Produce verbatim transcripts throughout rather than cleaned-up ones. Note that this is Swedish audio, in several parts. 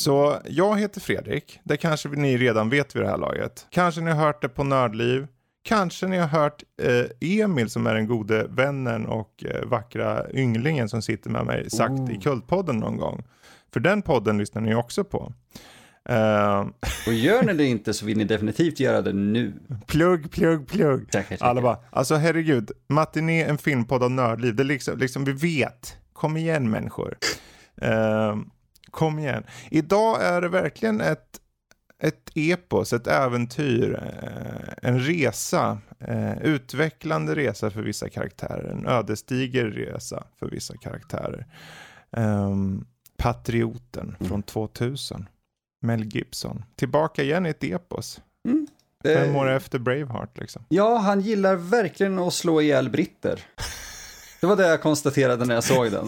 Så jag heter Fredrik. Det kanske ni redan vet vid det här laget. Kanske ni har hört det på Nördliv. Kanske ni har hört eh, Emil som är den gode vännen och eh, vackra ynglingen som sitter med mig sagt oh. i Kultpodden någon gång. För den podden lyssnar ni också på. Uh, och gör ni det inte så vill ni definitivt göra det nu. Plugg, plugg, plugg. Tackar, tackar. Alla bara, alltså herregud, Matiné en filmpodd av Nördliv. Det är liksom, liksom vi vet. Kom igen människor. Uh, kom igen. Idag är det verkligen ett ett epos, ett äventyr, uh, en resa, uh, utvecklande resa för vissa karaktärer, en ödesdiger resa för vissa karaktärer. Um, Patrioten mm. från tvåtusen. Mel Gibson. Tillbaka igen i ett epos. Mm. Fem år efter Braveheart liksom. Ja, han gillar verkligen att slå ihjäl britter. Det var det jag konstaterade när jag såg den.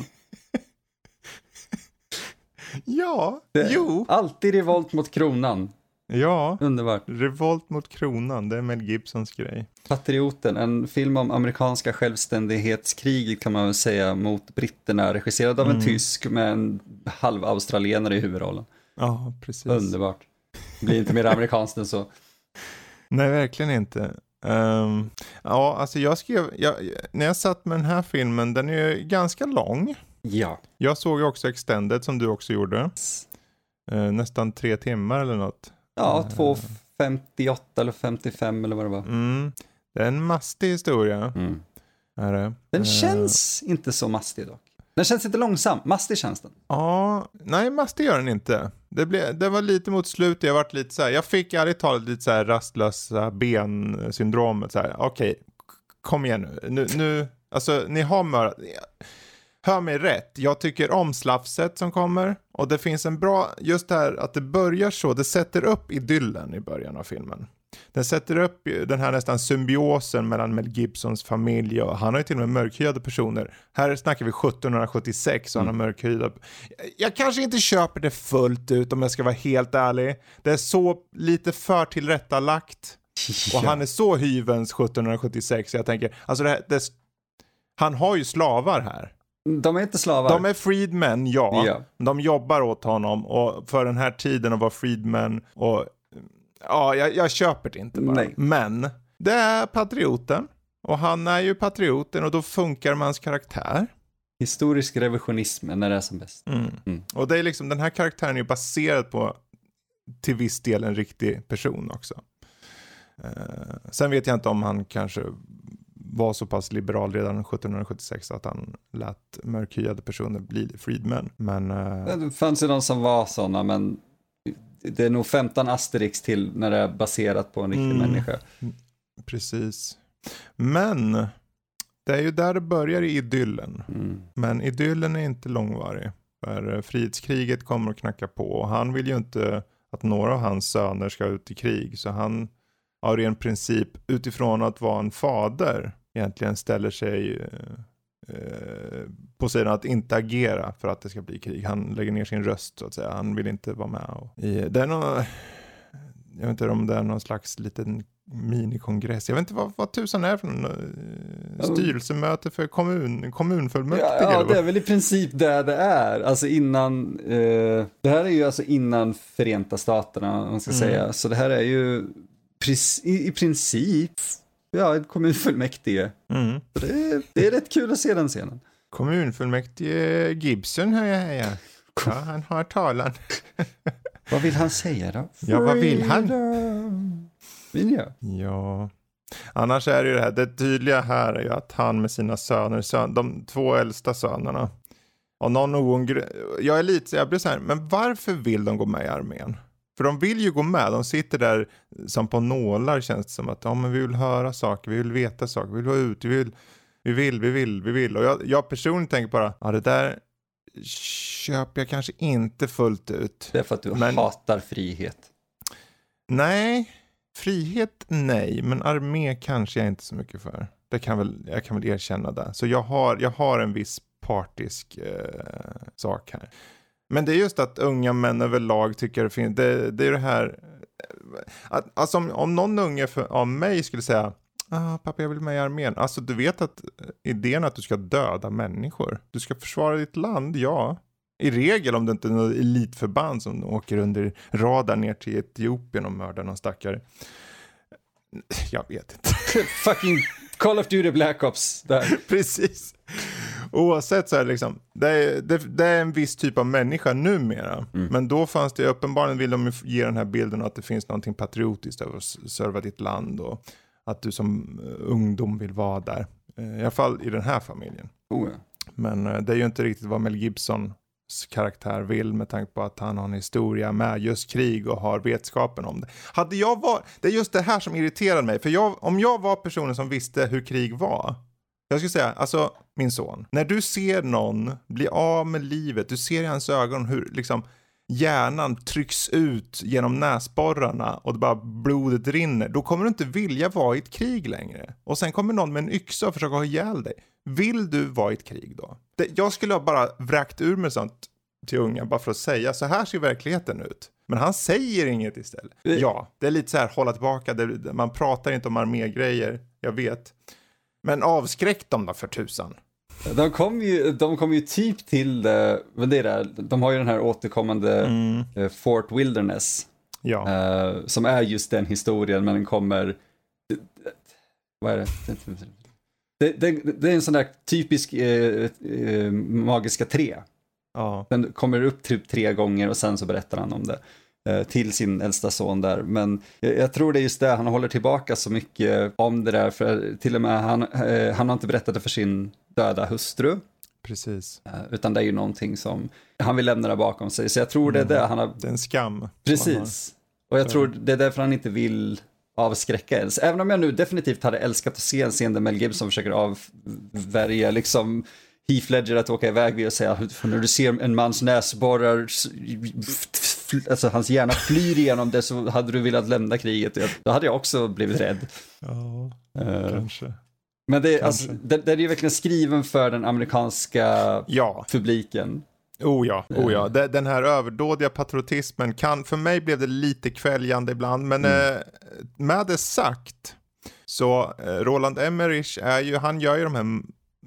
Ja, det, jo. Alltid revolt mot kronan. Ja, underbart. Revolt mot kronan, det är Mel Gibsons grej. Patrioten, en film om amerikanska självständighetskriget kan man väl säga mot britterna, regisserad av en mm. tysk med en halv australienare i huvudrollen. Ja, precis. Underbart. Det blir inte mer amerikanskt än så. Nej, verkligen inte. Um, ja, alltså jag skrev, jag, när jag satt med den här filmen, den är ju ganska lång. Ja. Jag såg ju också Extended som du också gjorde. Uh, nästan tre timmar eller något. Ja, två femtioåtta eller femtiofem eller vad det var. Mm. Det är en mastig historia. Mm. Är det? Den uh. känns inte så mastig dock. Den känns inte långsam. Mastig känns den. Ja, nej mastig gör den inte. Det, blev, det var lite mot slutet. Jag varit lite så här, jag fick ärligt talat lite så här rastlösa bensyndromet. Så här, okej, okay, kom igen nu. nu. Nu, alltså ni har mördat. Hör mig rätt. Jag tycker om slafset som kommer. Och det finns en bra, just det här att det börjar så. Det sätter upp idyllen i början av filmen. Den sätter upp den här nästan symbiosen mellan Mel Gibsons familj och han har ju till och med mörkhyade personer. Här snackar vi sjuttonhundrasjuttiosex och han har mörkhyade. Jag kanske inte köper det fullt ut om jag ska vara helt ärlig. Det är så lite för tillrättalagt. Ja. Och han är så hyvens sjuttonhundrasjuttiosex så jag tänker, alltså det, det, han har ju slavar här. De är inte slavar. De är freedmen, ja. ja. De jobbar åt honom och för den här tiden att vara freedmen och ja, jag, jag köper det inte bara. Nej. Men det är patrioten. Och han är ju patrioten och då funkar mans karaktär. Historisk revisionism när det är som bäst. Mm. Mm. Och det är liksom, den här karaktären är ju baserad på till viss del en riktig person också. Uh, sen vet jag inte om han kanske var så pass liberal redan sjuttonhundrasjuttiosex att han lät mörkhyade personer bli freedmen. Men, uh... det fanns ju de som var sådana, men det är nog femton asterix till när det är baserat på en riktig mm, människa. Precis. Men det är ju där det börjar i idyllen. Mm. Men idyllen är inte långvarig. För frihetskriget kommer att knacka på. Och han vill ju inte att några av hans söner ska ut i krig. Så han har en princip utifrån att vara en fader egentligen ställer sig eh, på sidan att inte agera för att det ska bli krig. Han lägger ner sin röst så att säga. Han vill inte vara med. Och i, det är någon, jag vet inte om det är någon slags liten minikongress. Jag vet inte vad, vad tusan är för någon styrelsemöte för kommun, kommunfullmäktige. Ja, ja, det är väl i princip det det är. Alltså innan, eh, det här är ju alltså innan Förenta Staterna, om man ska mm. säga. Så det här är ju i, i princip ja, ett kommunfullmäktige. Mm. Så det, det är rätt kul att se den scenen. Kommunfullmäktige Gibson, heja, heja. Ja, han har talan. Vad vill han säga då? Ja, vad vill han? Vill jag? Ja. Annars är det ju det här, det tydliga här är ju att han med sina söner, sön, de två äldsta sönerna, och någon ogon, jag är lite så jag blir så här, men varför vill de gå med i armén? För de vill ju gå med, de sitter där som på nålar känns det som att ja, men vi vill höra saker, vi vill veta saker, vi vill vara ute, vi vill, vi vill, vi vill, vi vill. Och jag, jag personligen tänker bara, ja det där köper jag kanske inte fullt ut. Det är för att du men, hatar frihet. Nej, frihet nej, men armé kanske jag inte så mycket för. Det kan väl, jag kan väl erkänna det. Så jag har, jag har en viss partisk eh, sak här. Men det är just att unga män överlag tycker det finns, det, det är det här, att, alltså om, om någon unge för, av mig skulle säga, ah, pappa jag vill med i armén. Alltså du vet att idén att du ska döda människor. Du ska försvara ditt land, ja. I regel om det inte är något elitförband som åker under radar ner till Etiopien och mördar någon stackare. Jag vet inte. Fucking Call of Duty Black Ops där. Precis. Oavsett så är det liksom, det är, det, det är en viss typ av människa numera. Mm. Men då fanns det uppenbarligen, vill de ge den här bilden att det finns någonting patriotiskt över att serva ditt land och att du som ungdom vill vara där. I alla fall i den här familjen. Oh ja. Men det är ju inte riktigt vad Mel Gibsons karaktär vill med tanke på att han har en historia med just krig och har vetskapen om det. Hade jag var, det är just det här som irriterar mig. För jag, om jag var personen som visste hur krig var. Jag skulle säga, alltså min son. När du ser någon bli av med livet, du ser i hans ögon hur liksom hjärnan trycks ut genom näsborrarna och det bara blodet rinner. Då kommer du inte vilja vara i ett krig längre. Och sen kommer någon med en yxa och försöka ha ihjäl dig. Vill du vara i ett krig då? Det, jag skulle ha bara vräkt ur mig sånt till unga bara för att säga så här ser verkligheten ut. Men han säger inget istället. Ja, det är lite så här hålla tillbaka. Det, man pratar inte om armégrejer, jag vet. Men avskräck dem då för tusan. De kom ju, de kom ju typ till det, men det är där, de har ju den här återkommande mm. uh, Fort Wilderness. Ja. Uh, som är just den historien, men den kommer... Vad är det? Det, det, det är en sån där typisk uh, uh, magiska tre. Ja. Den kommer upp typ tre gånger och sen så berättar han om det uh, till sin äldsta son där. Men jag, jag tror det är just det, han håller tillbaka så mycket om det där. För till och med han, uh, han har inte berättat det för sin döda hustru. Precis. Uh, utan det är ju någonting som han vill lämna där bakom sig. Så jag tror det är det han har... Det är en skam. Precis. Och jag tror det är därför han inte vill avskräcka ens. Även om jag nu definitivt hade älskat att se en scen där Mel Gibson försöker avvärja liksom Heath Ledger att åka iväg vid och säga för när du ser en mans näsborrar alltså hans hjärna flyr igenom det så hade du velat lämna kriget. Då hade jag också blivit rädd. Ja, uh, kanske. Men det, alltså, det, det är ju verkligen skriven för den amerikanska ja. publiken. Oh ja, oh ja. Den här överdådiga patriotismen kan, för mig blev det lite kväljande ibland, men mm. eh, med det sagt så eh, Roland Emmerich är ju, han gör ju de här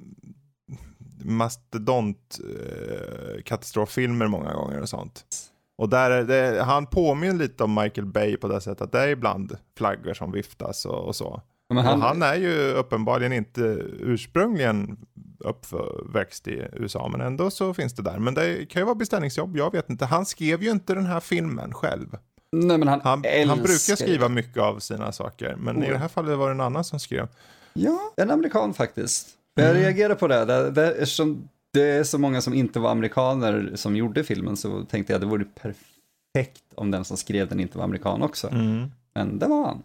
mastodont eh, katastroffilmer många gånger och sånt. Och där är det, han påminner lite om Michael Bay på det sättet att det är ibland flaggor som viftas och, och så. Men han... Och han är ju uppenbarligen inte ursprungligen uppväxt i U S A, men ändå så finns det där. Men det kan ju vara beställningsjobb, jag vet inte. Han skrev ju inte den här filmen själv. Nej, men han, han, han brukar skriva mycket av sina saker, men oh. i det här fallet var det en annan som skrev. Ja, en amerikan faktiskt. Jag mm. reagerar på det. det, det eftersom det är så många som inte var amerikaner som gjorde filmen så tänkte jag att det vore perfekt om den som skrev den inte var amerikan också. Mm. Men det var han.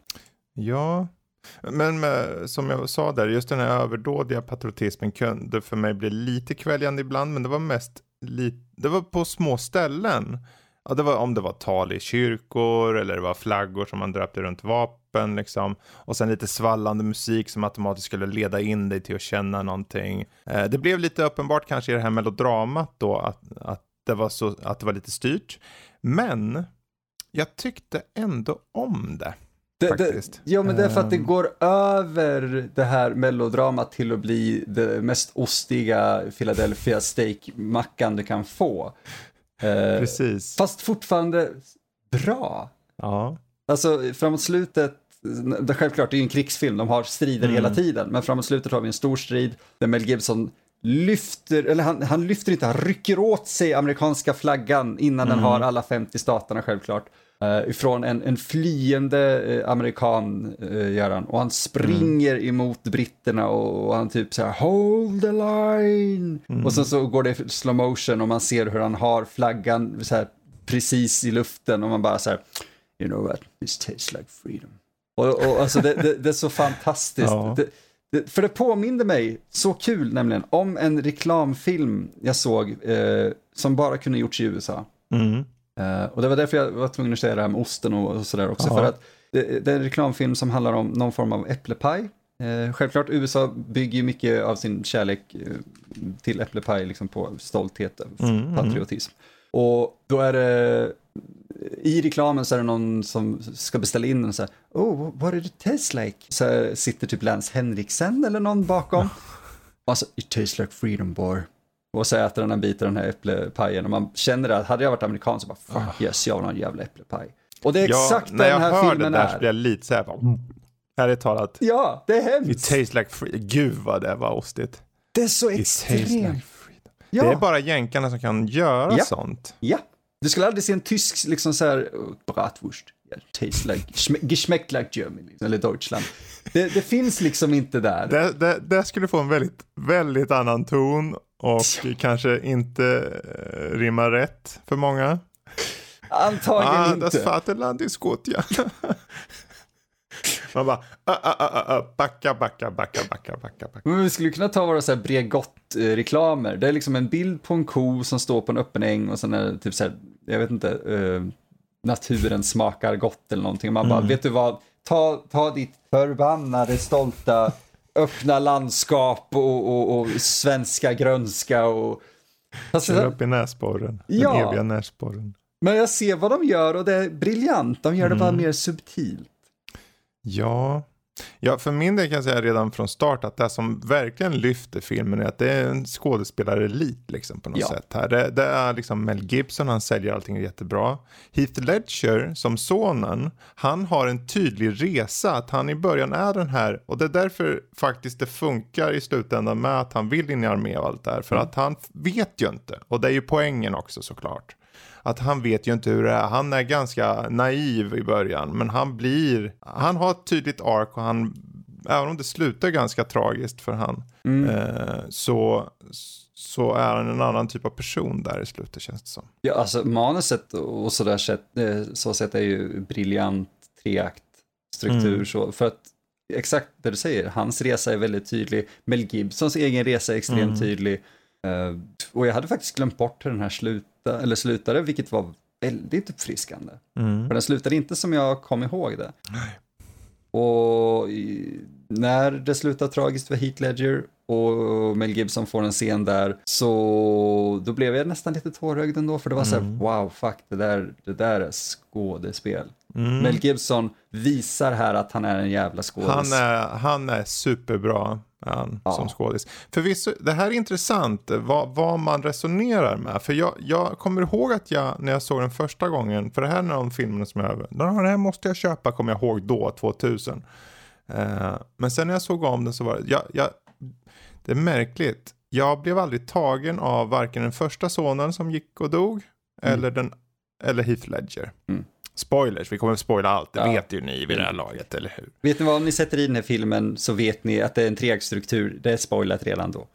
Ja, men med, som jag sa där, just den här överdådiga patriotismen kunde för mig bli lite kväljande ibland, men det var mest li- det var på små ställen. Ja, det var om det var tal i kyrkor eller det var flaggor som man dröpte runt vapen liksom, och sen lite svallande musik som automatiskt skulle leda in dig till att känna någonting. Eh, det blev lite uppenbart kanske i det här melodramat då att, att, det var så, att det var lite styrt, men jag tyckte ändå om det. Det, det, ja, men det är för att det går över det här melodramat till att bli det mest ostiga Philadelphia steak-mackan du kan få. Eh, Precis. Fast fortfarande bra. Ja. Alltså framåt slutet, det självklart det är ju en krigsfilm, de har strider mm. hela tiden, men framåt slutet har vi en stor strid där Mel Gibson lyfter, eller han, han lyfter inte, han rycker åt sig amerikanska flaggan innan mm. den har alla femtio staterna självklart. Uh, ifrån en, en flyende uh, amerikan uh, gör han. Och han springer mm. emot britterna och, och han typ så här hold the line. Mm. Och sen så går det slow motion och man ser hur han har flaggan så här precis i luften och man bara så här, you know what, this tastes like freedom. Och, och alltså det, det, det är så fantastiskt. Ja. Det, det, för det påminner mig så kul nämligen om en reklamfilm jag såg uh, som bara kunde gjorts i U S A. Mm. Uh, och det var därför jag var tvungen att säga det här med osten och, och sådär också. Ja. För att det, det är en reklamfilm som handlar om någon form av äpplepaj. Uh, självklart U S A bygger ju mycket av sin kärlek uh, till äpplepaj liksom på stolthet och mm, patriotism. Mm. Och då är det i reklamen så är det någon som ska beställa in och så här, oh, what did it taste like? Så sitter typ Lance Henriksen eller någon bakom. Alltså, it tastes like freedom, boy. Och så äter han en bit av den här äpplepajen. Och man känner att hade jag varit amerikan så bara, fuck yes, jag vill ha en jävla äpplepaj. Och det är ja, exakt när den här jag filmen det där är. Så blir jag lite så här, bara, ärligt talat. Ja, det är hemskt. It tastes like free. Gud vad det var ostigt. Det är så It extremt. like ja. Det är bara jänkarna som kan göra ja. sånt. Ja. Du skulle aldrig se en tysk liksom så här, bratwurst. Yeah, tastes like, geschmeckt like Germany, liksom, eller Deutschland. Det, det finns liksom inte där. Det, det, det skulle få en väldigt, väldigt annan ton och ja. kanske inte uh, rimma rätt för många. Antagligen ah, inte. Das Vaterland ist gut, ja. Man bara, uh, uh, uh, uh, backa, backa, backa, backa, backa, backa. Men vi skulle kunna ta våra så här Bregott-reklamer. Det är liksom en bild på en ko som står på en öppen äng och sen är det typ så här, jag vet inte, uh, naturen smakar gott eller någonting. Man bara, mm. vet du vad, ta, ta ditt förbannade, stolta, öppna landskap och, och, och svenska grönska och... Alltså, kör upp i näsborren, ja. den eviga näsborren. Men jag ser vad de gör och det är briljant. De gör det mm. bara mer subtilt. Ja. ja, för min del kan jag säga redan från start att det som verkligen lyfter filmen är att det är en skådespelarelit liksom på något ja. sätt här. Det, det är liksom Mel Gibson, han säljer allting jättebra. Heath Ledger som sonen, han har en tydlig resa att han i början är den här, och det är därför faktiskt det funkar i slutändan med att han vill in i armé och allt det här, för mm. att han vet ju inte, och det är ju poängen också såklart. Att han vet ju inte hur det är. Han är ganska naiv i början. Men han blir... Han har ett tydligt ark. Och han... Även om det slutar ganska tragiskt för han. Mm. Eh, så... Så är han en annan typ av person där i slutet, känns det som. Ja, alltså manuset och sådär sätt, så sätt är ju briljant treakt struktur. Mm. Så, för att exakt det du säger. Hans resa är väldigt tydlig. Mel Gibsons egen resa är extremt mm. tydlig. Uh, och jag hade faktiskt glömt bort hur den här sluta, eller slutade, vilket var väldigt uppfriskande. Mm. För den slutade inte som jag kom ihåg det. Nej. Och i, när det slutar tragiskt för Heath Ledger och Mel Gibson får en scen där, så då blev jag nästan lite tårögd ändå, för det var mm. så här, wow, fuck, det där, det där är skådespel. Mm. Mel Gibson visar här att han är en jävla skådis. Han är, han är superbra han, ja. som skådis. Förvisso, det här är intressant vad, vad man resonerar med. För jag, jag kommer ihåg att jag, när jag såg den första gången, för det här är någon film som jag, det här måste jag köpa, kommer jag ihåg då, tvåtusen. Uh, men sen när jag såg om den så var det, jag, jag, det är märkligt. Jag blev aldrig tagen av varken den första sonen som gick och dog, mm. eller, den, eller Heath Ledger. Mm. Spoilers, vi kommer att spoila allt, det ja. vet ju ni vid det här laget, eller hur? Vet ni vad, om ni sätter i den här filmen så vet ni att det är en treaktstruktur, det är spoilat redan då.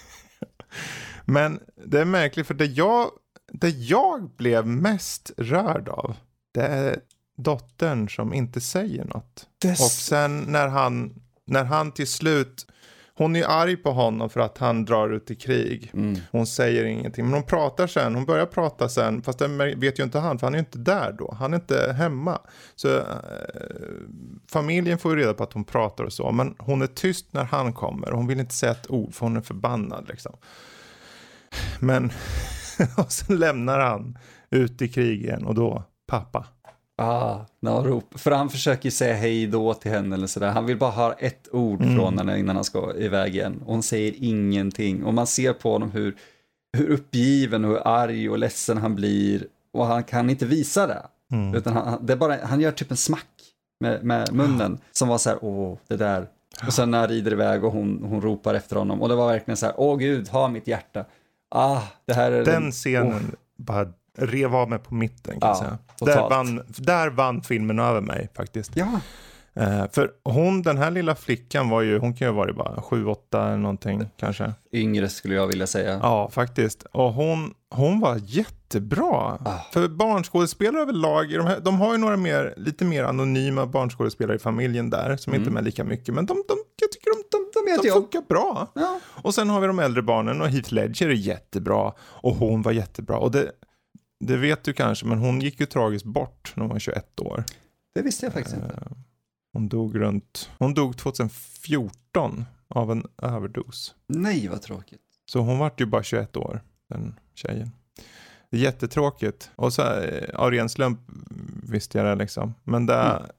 Men det är märkligt, för det jag, det jag blev mest rörd av, det är dottern som inte säger något. Det... Och sen när han, när han till slut... Hon är arg på honom för att han drar ut i krig. Mm. Hon säger ingenting. Men hon pratar sen. Hon börjar prata sen. Fast det vet ju inte han. För han är inte där då. Han är inte hemma. Så äh, familjen får ju reda på att hon pratar och så. Men hon är tyst när han kommer. Hon vill inte säga ett ord. För hon är förbannad liksom. Men och sen lämnar han ut i krig igen. Och då, pappa. Ah, no, rop. För han försöker säga hej då till henne eller sådär. Han vill bara ha ett ord mm. från henne innan han ska iväg igen. Och hon säger ingenting. Och man ser på honom hur, hur uppgiven och hur arg och ledsen han blir. Och han kan inte visa det. Mm. Utan han, det är bara, han gör typ en smack med, med munnen. Ah. Som var så här, åh, det där. Och sen när han rider iväg och hon, hon ropar efter honom. Och det var verkligen så här, åh gud, ha mitt hjärta. Ah, det här är den, den scenen oh. bara... rev av mig på mitten kan ja, jag säga. Där vann, där vann filmen över mig faktiskt. Ja. Uh, för hon, den här lilla flickan var ju, hon kan ju vara bara sju åtta eller någonting kanske. Yngre skulle jag vilja säga. Ja, faktiskt. Och hon, hon var jättebra. Ah. För barnskådespelare överlag, de, här, de har ju några mer, lite mer anonyma barnskådespelare i familjen där, som mm. inte är med lika mycket. Men de, de, jag tycker de, de, de, de funkar bra. Ja. Och sen har vi de äldre barnen, och Heath Ledger är jättebra. Och hon var jättebra. Och det... Det vet du kanske, men hon gick ju tragiskt bort när hon var tjugoett år. Det visste jag faktiskt inte. Hon dog runt... Hon dog tjugohundrafjorton av en överdos. Nej, vad tråkigt. Så hon var ju bara tjugoett år, den tjejen. Det är jättetråkigt. Och så av ren slump visste jag det liksom. Men det... Mm.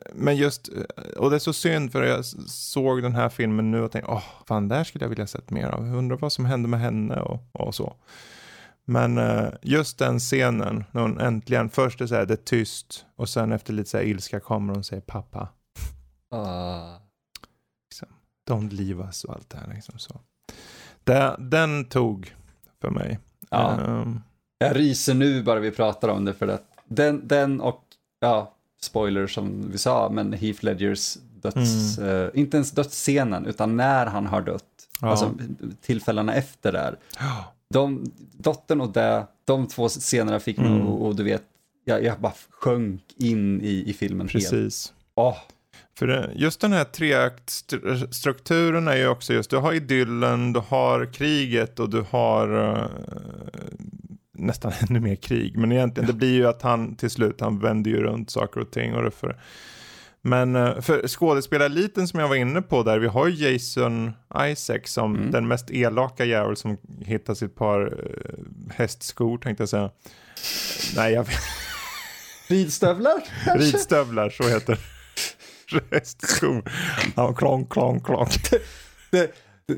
men just, och det är så synd för jag såg den här filmen nu och tänkte, åh, fan, där skulle jag vilja sett mer av. Jag undrar vad som hände med henne och, och så. Men uh, just den scenen, när hon äntligen, först är så här, det är tyst och sen efter lite så här ilska kommer hon och säger pappa. Uh. Liksom, don't leave us och allt det här liksom så. Det, den tog för mig. Ja. Um, jag ryser nu bara vi pratar om det för att den, den och, ja, spoiler som vi sa, men Heath Ledgers döds, mm. uh, inte ens dödsscenen utan när han har dött. Ja. Alltså tillfällena efter där. Ja. De, dottern och det, de två scenerna fick mig mm. och, och du vet, jag, jag bara sjönk in i, i filmen. Precis. Åh. För det, just den här treaktstrukturen är ju också just, du har idyllen, du har kriget och du har uh, nästan ännu mer krig. Men egentligen, det blir ju att han till slut, han vänder ju runt saker och ting. Och det för, men uh, för skådespelareliten som jag var inne på där, vi har ju Jason Isaac som mm. den mest elaka jävel som hittar sitt par uh, hästskor, tänkte jag säga. Nej, jag vet. Ridstövlar? Ridstövlar, så heter det. Hästskor. Ja, klonk, klonk, klonk. det, det,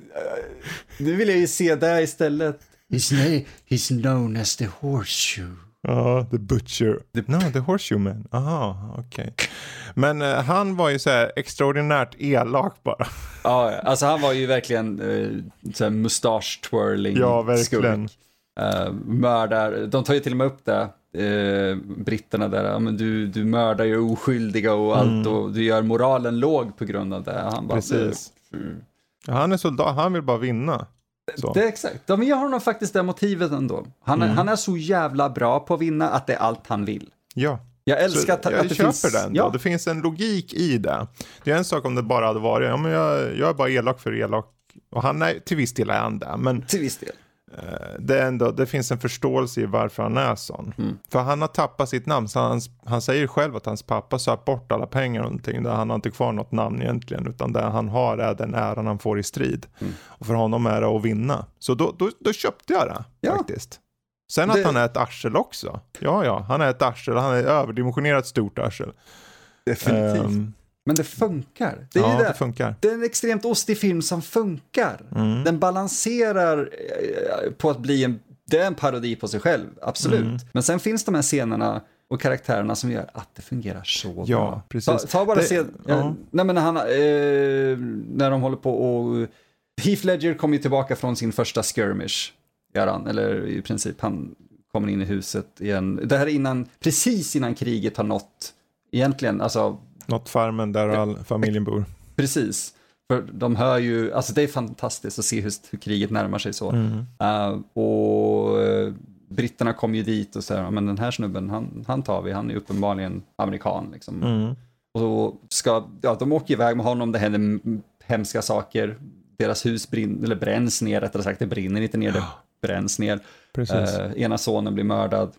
nu vill jag ju se det istället. His name, he's known as the horseshoe. Ja, uh, the butcher. The... No, the horseshoe man. Aha, okej. Okay. Men uh, han var ju så här extraordinärt elak bara. Ja, alltså han var ju verkligen uh, så här mustache twirling. Ja, verkligen. Uh, mördar. De tar ju till och med upp det. Uh, britterna där. Ja, men du, du mördar ju oskyldiga och allt. Mm. Och du gör moralen låg på grund av det. Han bara, precis. Mm. Ja, han är soldat. Han vill bara vinna. Så. Det är exakt. De ger honom faktiskt det motivet ändå. Han är, mm. han är så jävla bra på att vinna att det är allt han vill. Ja. Jag älskar att, jag att det köper finns... den. Ja. Det finns en logik i det. Det är en sak om det bara hade varit, ja, men jag, jag är bara elak för elak. Och han är till viss del är han där. Men till viss del. Det, är ändå, det finns en förståelse i varför han är sån. Mm. För han har tappat sitt namn. Så han, han säger själv att hans pappa söp bort alla pengar och någonting. Där han har inte kvar något namn egentligen. Utan det han har är den äran han får i strid. Mm. Och för honom är det att vinna. Så då, då, då köpte jag det, ja. Faktiskt. Sen det... att han är ett arsel också. Ja, ja. Han är ett arsel. Han är ett överdimensionerat stort arsel. Definitivt. Um, Men det funkar. Det är ja, ju det. det funkar. Det är en extremt ostig film som funkar. Mm. Den balanserar på att bli en, det är en parodi på sig själv, absolut. Mm. Men sen finns de här scenerna och karaktärerna som gör att det fungerar så ja, bra. Precis. Ta, ta bara det, scen, ja. eh, nej men när han, eh, när de håller på och Heath Ledger kommer ju tillbaka från sin första skirmish, gör han, eller i princip han kommer in i huset igen. Det här är innan, precis innan kriget har nått egentligen, alltså något farmen där all familjen bor. Precis. För de hör ju, alltså det är fantastiskt att se hur, hur kriget närmar sig så. Mm. Uh, och uh, britterna kom ju dit och säger, men den här snubben, han, han tar vi, han är uppenbarligen amerikan. Liksom. Mm. Och då ska, ja, de åker iväg med honom, det händer hemska saker. Deras hus brinner, eller bränns ner, rättare sagt, det brinner inte ner, det bränns ner. Uh, ena sonen blir mördad.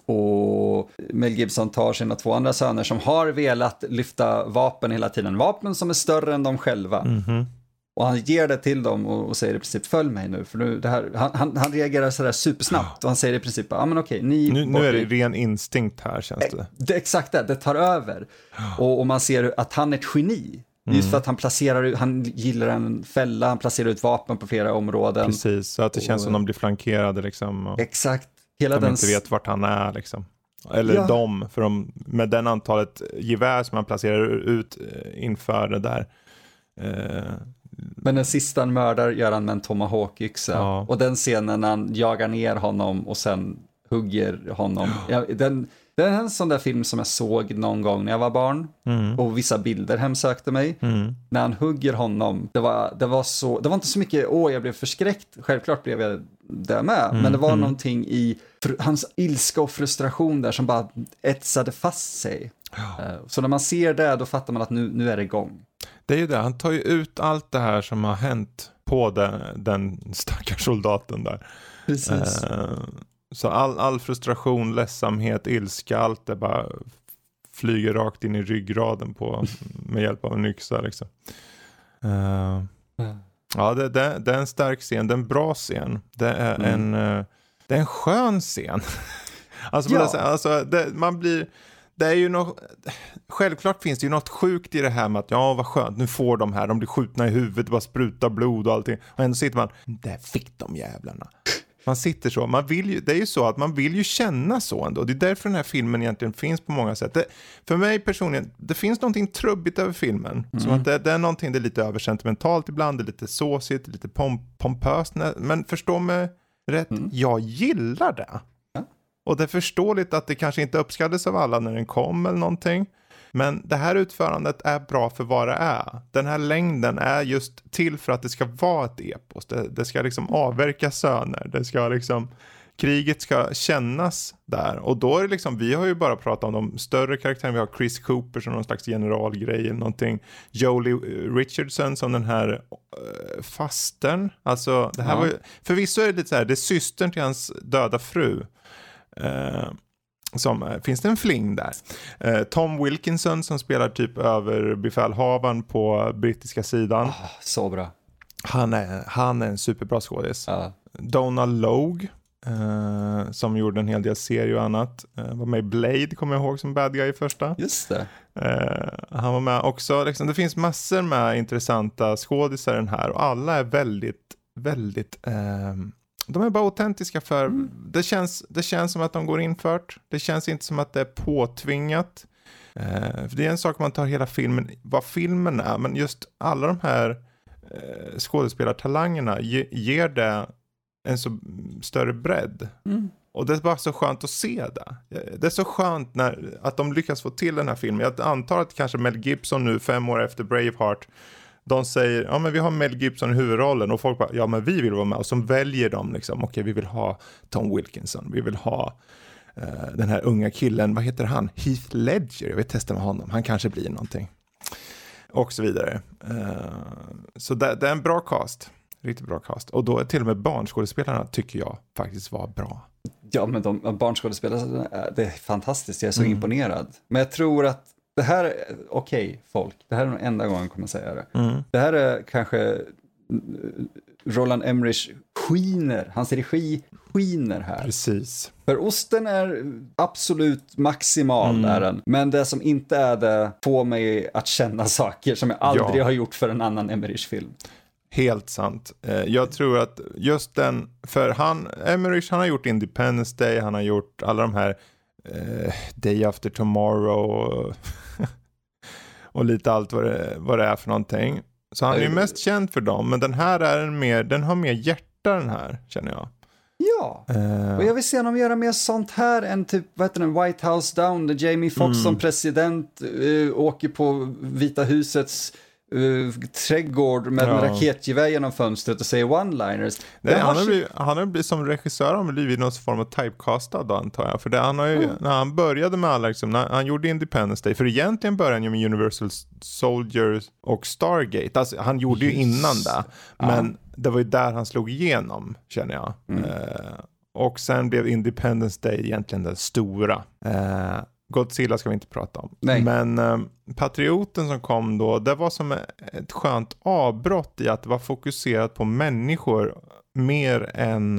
Och Mel Gibson tar sina två andra söner som har velat lyfta vapen hela tiden. Vapen som är större än de själva. Mm-hmm. Och han ger det till dem och, och säger i princip, följ mig nu. För nu, det här, han, han, han reagerar sådär supersnabbt. Och han säger i princip, ja men okej. Ni, nu, nu är det ren instinkt här, känns det. det exakt det, det tar över. Och, och man ser att han är ett geni. Just mm. för att han placerar, han gillar en fälla, han placerar ut vapen på flera områden. Precis, så att det och, känns som de blir flankerade liksom. Och... Exakt. Hela de den... inte vet vart han är liksom. Eller ja. de, för de, med den antalet gevär som man placerar ut inför det där. Eh... Men den sista mördar gör han med en tomahawk-yxa. Ja. Och den scenen när han jagar ner honom och sen hugger honom. Ja, den, det är en sån där film som jag såg någon gång när jag var barn. Mm. Och vissa bilder hemsökte mig. Mm. När han hugger honom. Det var, det var så, det var inte så mycket, åh jag blev förskräckt. Självklart blev jag det med. Mm. Men det var mm. någonting i fr- hans ilska och frustration där som bara etsade fast sig. Ja. Så när man ser det, då fattar man att nu, nu är det igång. Det är ju det, han tar ju ut allt det här som har hänt på den, den stackars soldaten där. Precis. Eh, så all, all frustration, ledsamhet, ilska, allt det bara flyger rakt in i ryggraden på, med hjälp av en yxa liksom. Eh, mm. Ja, det, det, det är en stark scen, det är en bra scen. Det är, mm. en, det är en skön scen. alltså, ja. det, alltså det, man blir... det är ju något, självklart finns det ju något sjukt i det här med att ja vad skönt, nu får de här, de blir skjutna i huvudet, bara sprutar blod och allting. Och ändå sitter man, där fick de jävlarna. Man sitter så, man vill ju, det är ju så att man vill ju känna så ändå. Det är därför den här filmen egentligen finns på många sätt. Det, för mig personligen, det finns någonting trubbigt över filmen. Mm. Som att det, det är någonting, det är lite översentimentalt ibland, det är lite såsigt, lite pomp, pompöst. Men förstå mig rätt, mm. jag gillar det. Ja. Och det är förståeligt att det kanske inte uppskattades av alla när den kom eller någonting. Men det här utförandet är bra för vad det är. Den här längden är just till för att det ska vara ett epos. Det, det ska liksom avverka söner. Det ska liksom, kriget ska kännas där. Och då är det liksom, vi har ju bara pratat om de större karaktärerna. Vi har Chris Cooper som någon slags generalgrej eller någonting. Jolie Richardson som den här uh, fastern. Alltså det här ja. var ju, förvisso är det lite så här, det är systern till hans döda fru. Uh, Som, finns det en fling där. Eh, Tom Wilkinson som spelar typ över befälhavaren på brittiska sidan. Oh, så bra. Han är, han är en superbra skådis. Uh. Donald Logue eh, som gjorde en hel del serier och annat. Eh, var med i Blade, kommer jag ihåg, som bad guy i första. Just det. Eh, han var med också. Liksom, det finns massor med intressanta skådisar i den här. Och alla är väldigt, väldigt... Eh, de är bara autentiska för mm. det, känns, det känns som att de går infört. Det känns inte som att det är påtvingat. Eh, för det är en sak man tar hela filmen, vad filmen är. Men just alla de här eh, skådespelartalangerna ge, ger det en så större bredd. Mm. Och det är bara så skönt att se det. Det är så skönt när, att de lyckas få till den här filmen. Jag antar att kanske Mel Gibson nu, fem år efter Braveheart, de säger, ja men vi har Mel Gibson i huvudrollen och folk bara, ja men vi vill vara med. Och så väljer de liksom, okej okay, vi vill ha Tom Wilkinson, vi vill ha uh, den här unga killen, vad heter han? Heath Ledger, jag vill testa med honom, han kanske blir någonting. Och så vidare. Uh, så det, det är en bra cast, riktigt bra cast. Och då är till och med barnskådespelarna tycker jag faktiskt var bra. Ja men de barnskådespelarna, det är fantastiskt, jag är så mm. imponerad. Men jag tror att det här är, okej okay, folk, det här är den enda gången jag kommer säga det. Mm. Det här är kanske Roland Emmerich skiner, hans regi skiner här. Precis. För osten är absolut maximal mm. är den. Men det som inte är det får mig att känna saker som jag aldrig ja. har gjort för en annan Emmerich-film. Helt sant. Jag tror att just den, för han, Emmerich, han har gjort Independence Day, han har gjort alla de här uh, Day After Tomorrow och, och lite allt vad det, vad det är för någonting. Så han är ju mest känd för dem, men den här är en mer, den har mer hjärta den här, känner jag. Ja, uh. och jag vill se honom göra mer sånt här än typ, vad heter den, White House Down, där Jamie Foxx mm. som president uh, åker på Vita husets Uh, trädgård med ja. en raketgevär genom fönstret och säger one-liners. Nej, han, har blivit, han har blivit som regissör, han har blivit någon form av typecastad då, antar jag. För det, han har ju, mm. när han började med alla, liksom, när han gjorde Independence Day, för egentligen började han ju med Universal Soldiers och Stargate. Alltså, han gjorde yes. ju innan det. Men ja. det var ju där han slog igenom, känner jag. Mm. Uh, och sen blev Independence Day egentligen den stora. Uh, Godzilla ska vi inte prata om. Nej. Men eh, Patrioten som kom då, det var som ett skönt avbrott i att det var fokuserat på människor mer än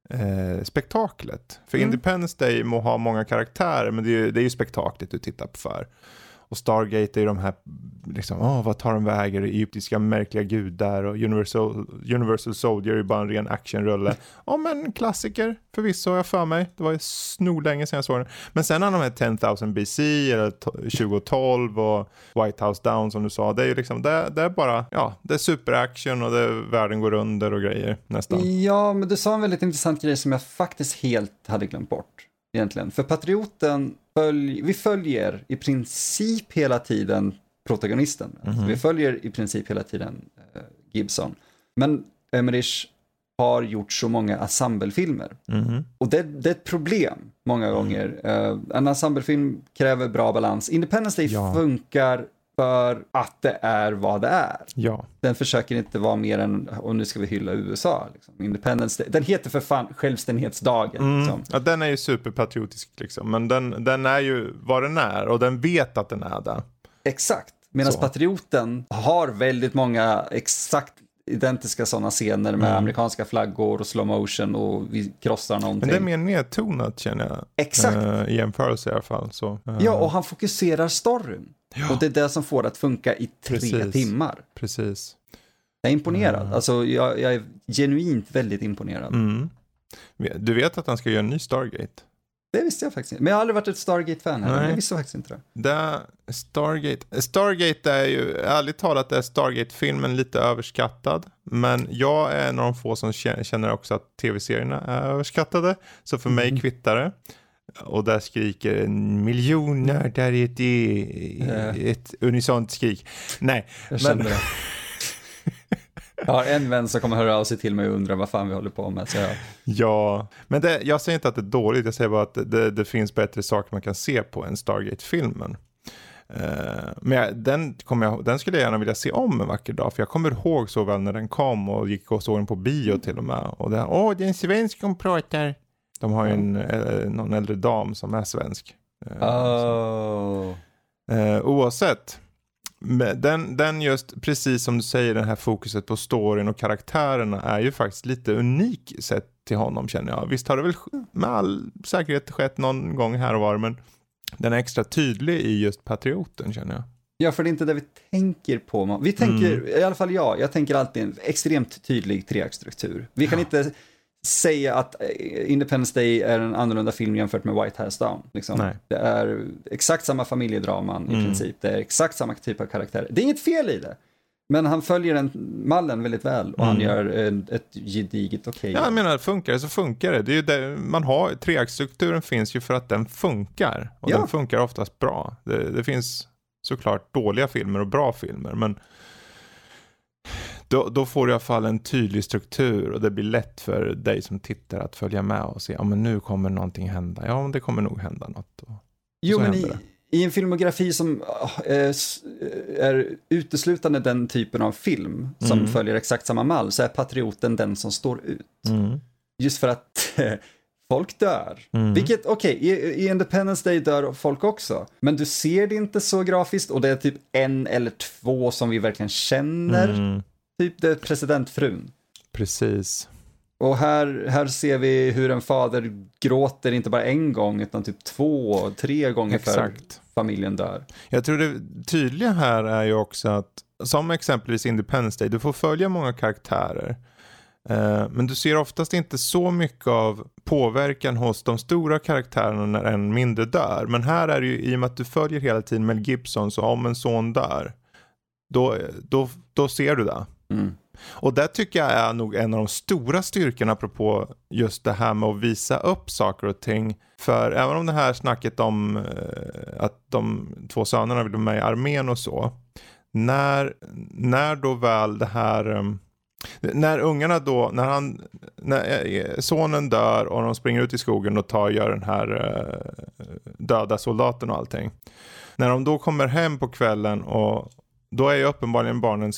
eh, spektaklet. För mm. Independence Day må ha många karaktärer, men det är ju, det är ju spektaklet du tittar på för. Och Stargate är ju de här, liksom, åh, vad tar de väger? Egyptiska märkliga gudar och Universal, Universal Soldier är ju bara en ren actionrulle. Ja, men klassiker, förvisso har jag för mig. Det var ju snorlänge sedan jag såg den. Men sen har de här ten thousand B C eller tjugo tolv och White House Down som du sa. Det är ju liksom, det, det är bara, ja, det är superaction och det är, världen går under och grejer nästan. Ja, men du sa en väldigt intressant grej som jag faktiskt helt hade glömt bort. Egentligen. För Patrioten, följ, vi följer i princip hela tiden protagonisten. Mm-hmm. Alltså, vi följer i princip hela tiden uh, Gibson. Men Emmerich har gjort så många ensemblefilmer. Mm-hmm. Och det, det är ett problem många mm. gånger. Uh, en ensemblefilm kräver bra balans. Independence Day ja. funkar för att det är vad det är. Ja. Den försöker inte vara mer än, och nu ska vi hylla U S A. Liksom. Independence Day. Den heter för fan självständighetsdagen. Mm. Liksom. Ja, den är ju superpatriotisk liksom. Men den, den är ju vad den är. Och den vet att den är det. Exakt. Medan Patrioten har väldigt många exakt identiska sådana scener med Mm. amerikanska flaggor och slow motion och vi krossar någonting. Men det är mer nedtonat känner jag. Exakt. Uh, I jämförelse i alla fall. Så, uh. Ja, och han fokuserar storyn. Ja. Och det är det som får det att funka i tre Precis. timmar. Precis. Jag är imponerad. Mm. Alltså, jag, jag är genuint väldigt imponerad. Mm. Du vet att han ska göra en ny Stargate? Det visste jag faktiskt inte. Men jag har aldrig varit ett Stargate-fan heller. Nej. Jag visste faktiskt inte det. Det Stargate, Stargate är ju, ärligt talat är Stargate-filmen lite överskattad. Men jag är en av de få som känner också att tv-serierna är överskattade. Så för mig Mm. kvittar det. Och där skriker en miljon nördar i ett, i, Äh. ett unisont skrik. Nej, Jag men... kände det. Jag har en vän som kommer höra av sig till mig och undra vad fan vi håller på med. Så jag... Ja, men det, jag säger inte att det är dåligt. Jag säger bara att det, det finns bättre saker man kan se på än Stargate-filmen. Uh, men jag, den, kommer jag, den skulle jag gärna vilja se om en vacker dag. För jag kommer ihåg så väl när den kom och gick och såg den på bio till och med. Och det, åh, det är en svensk som pratar. De har ju en, eh, någon äldre dam som är svensk. Uh, Oh. uh, oavsett. Den, den just, precis som du säger, den här fokuset på storyn och karaktärerna är ju faktiskt lite unik sett till honom känner jag. Visst har det väl med all säkerhet skett någon gång här och var, men den är extra tydlig i just Patrioten känner jag. Ja, för det är inte det vi tänker på. Vi tänker, Mm. i alla fall jag, jag tänker alltid en extremt tydlig treaktstruktur. Vi kan Ja. inte säga att Independence Day är en annorlunda film jämfört med White House Down. Liksom. Nej. Det är exakt samma familjedraman i Mm. princip. Det är exakt samma typ av karaktär. Det är inget fel i det. Men han följer den mallen väldigt väl och Mm. han gör en, ett gediget okej. Ja, jag menar, funkar det så funkar det. Det är ju det, man har, treaktstrukturen finns ju för att den funkar. Och Ja. den funkar oftast bra. Det, det finns såklart dåliga filmer och bra filmer, men Då, då får du i alla fall en tydlig struktur och det blir lätt för dig som tittar att följa med och se, ja men nu kommer någonting hända. Ja, men det kommer nog hända något. Och, Jo, så men händer i, det. i en filmografi som äh, är, är uteslutande den typen av film som Mm. följer exakt samma mall så är Patrioten den som står ut. Mm. Just för att folk dör. Mm. Vilket, okej, okay, i, i Independence Day dör folk också. Men du ser det inte så grafiskt och det är typ en eller två som vi verkligen känner. Mm. Typ det är presidentfrun. Precis. Och här, här ser vi hur en fader gråter inte bara en gång utan typ två, tre gånger Exakt. för familjen dör. Jag tror det tydliga här är ju också att, som exempelvis Independence Day, du får följa många karaktärer. Eh, men du ser oftast inte så mycket av påverkan hos de stora karaktärerna när en mindre dör. Men här är det ju, i och med att du följer hela tiden Mel Gibson, så om en son dör, då, då, då ser du det. Mm. Och det tycker jag är nog en av de stora styrkorna apropå just det här med att visa upp saker och ting. För även om det här snacket om eh, att de två sönerna vill vara med i armén och så. När, när då väl det här... Eh, när ungarna då, när han, när eh, sonen dör och de springer ut i skogen och tar, gör den här eh, döda soldaten och allting. När de då kommer hem på kvällen och då är ju uppenbarligen barnen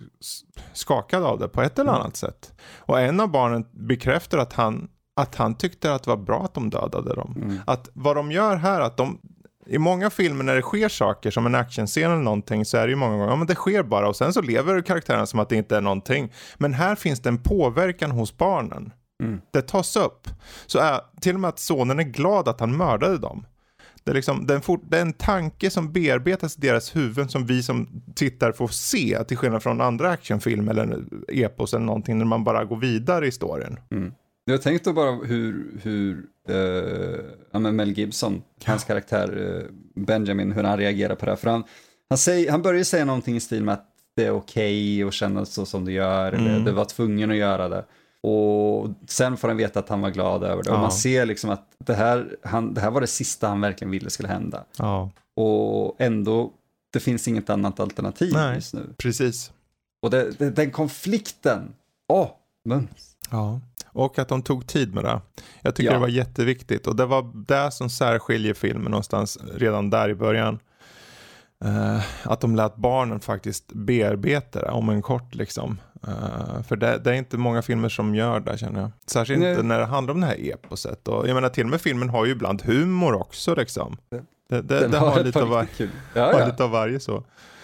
skakad av det på ett eller annat sätt. Och en av barnen bekräftar att han, att han tyckte att det var bra att de dödade dem. Mm. Att vad de gör här, att de i många filmer när det sker saker som en actionscen eller någonting, så är det ju många gånger, ja men det sker bara och sen så lever karaktärerna som att det inte är någonting. Men här finns det en påverkan hos barnen. Mm. Det tas upp. Så är till och med att sonen är glad att han mördade dem. Det är, liksom, det, är en fort, det är en tanke som bearbetas i deras huvuden som vi som tittar får se, till skillnad från andra actionfilm eller epos eller någonting när man bara går vidare i storyn. Mm. Jag tänkte bara hur, hur uh, ja, men Mel Gibson, ja. hans karaktär uh, Benjamin, hur han reagerar på det här. För han, han, säger, han börjar säga någonting i stil med att det är okej okay att känna så som du gör, mm. eller det var tvungen att göra det. Och sen får han veta att han var glad över det. Ja. Och man ser liksom att det här, han, det här var det sista han verkligen ville skulle hända. Ja. Och ändå, det finns inget annat alternativ Nej, just nu. Precis. Och det, det, den konflikten, åh, oh, mums. Ja, och att de tog tid med det. Jag tycker ja. det var jätteviktigt. Och det var det som särskiljer filmen någonstans redan där i början. Uh, att de lät barnen faktiskt bearbeta det om en kort liksom. Uh, för det, det är inte många filmer som gör det, känner jag. Särskilt Nej. inte när det handlar om det här eposet. Och jag menar, till och med filmen har ju ibland humor också liksom. Det, det, det har, lite av, var, kul. Ja, har ja. lite av varje så.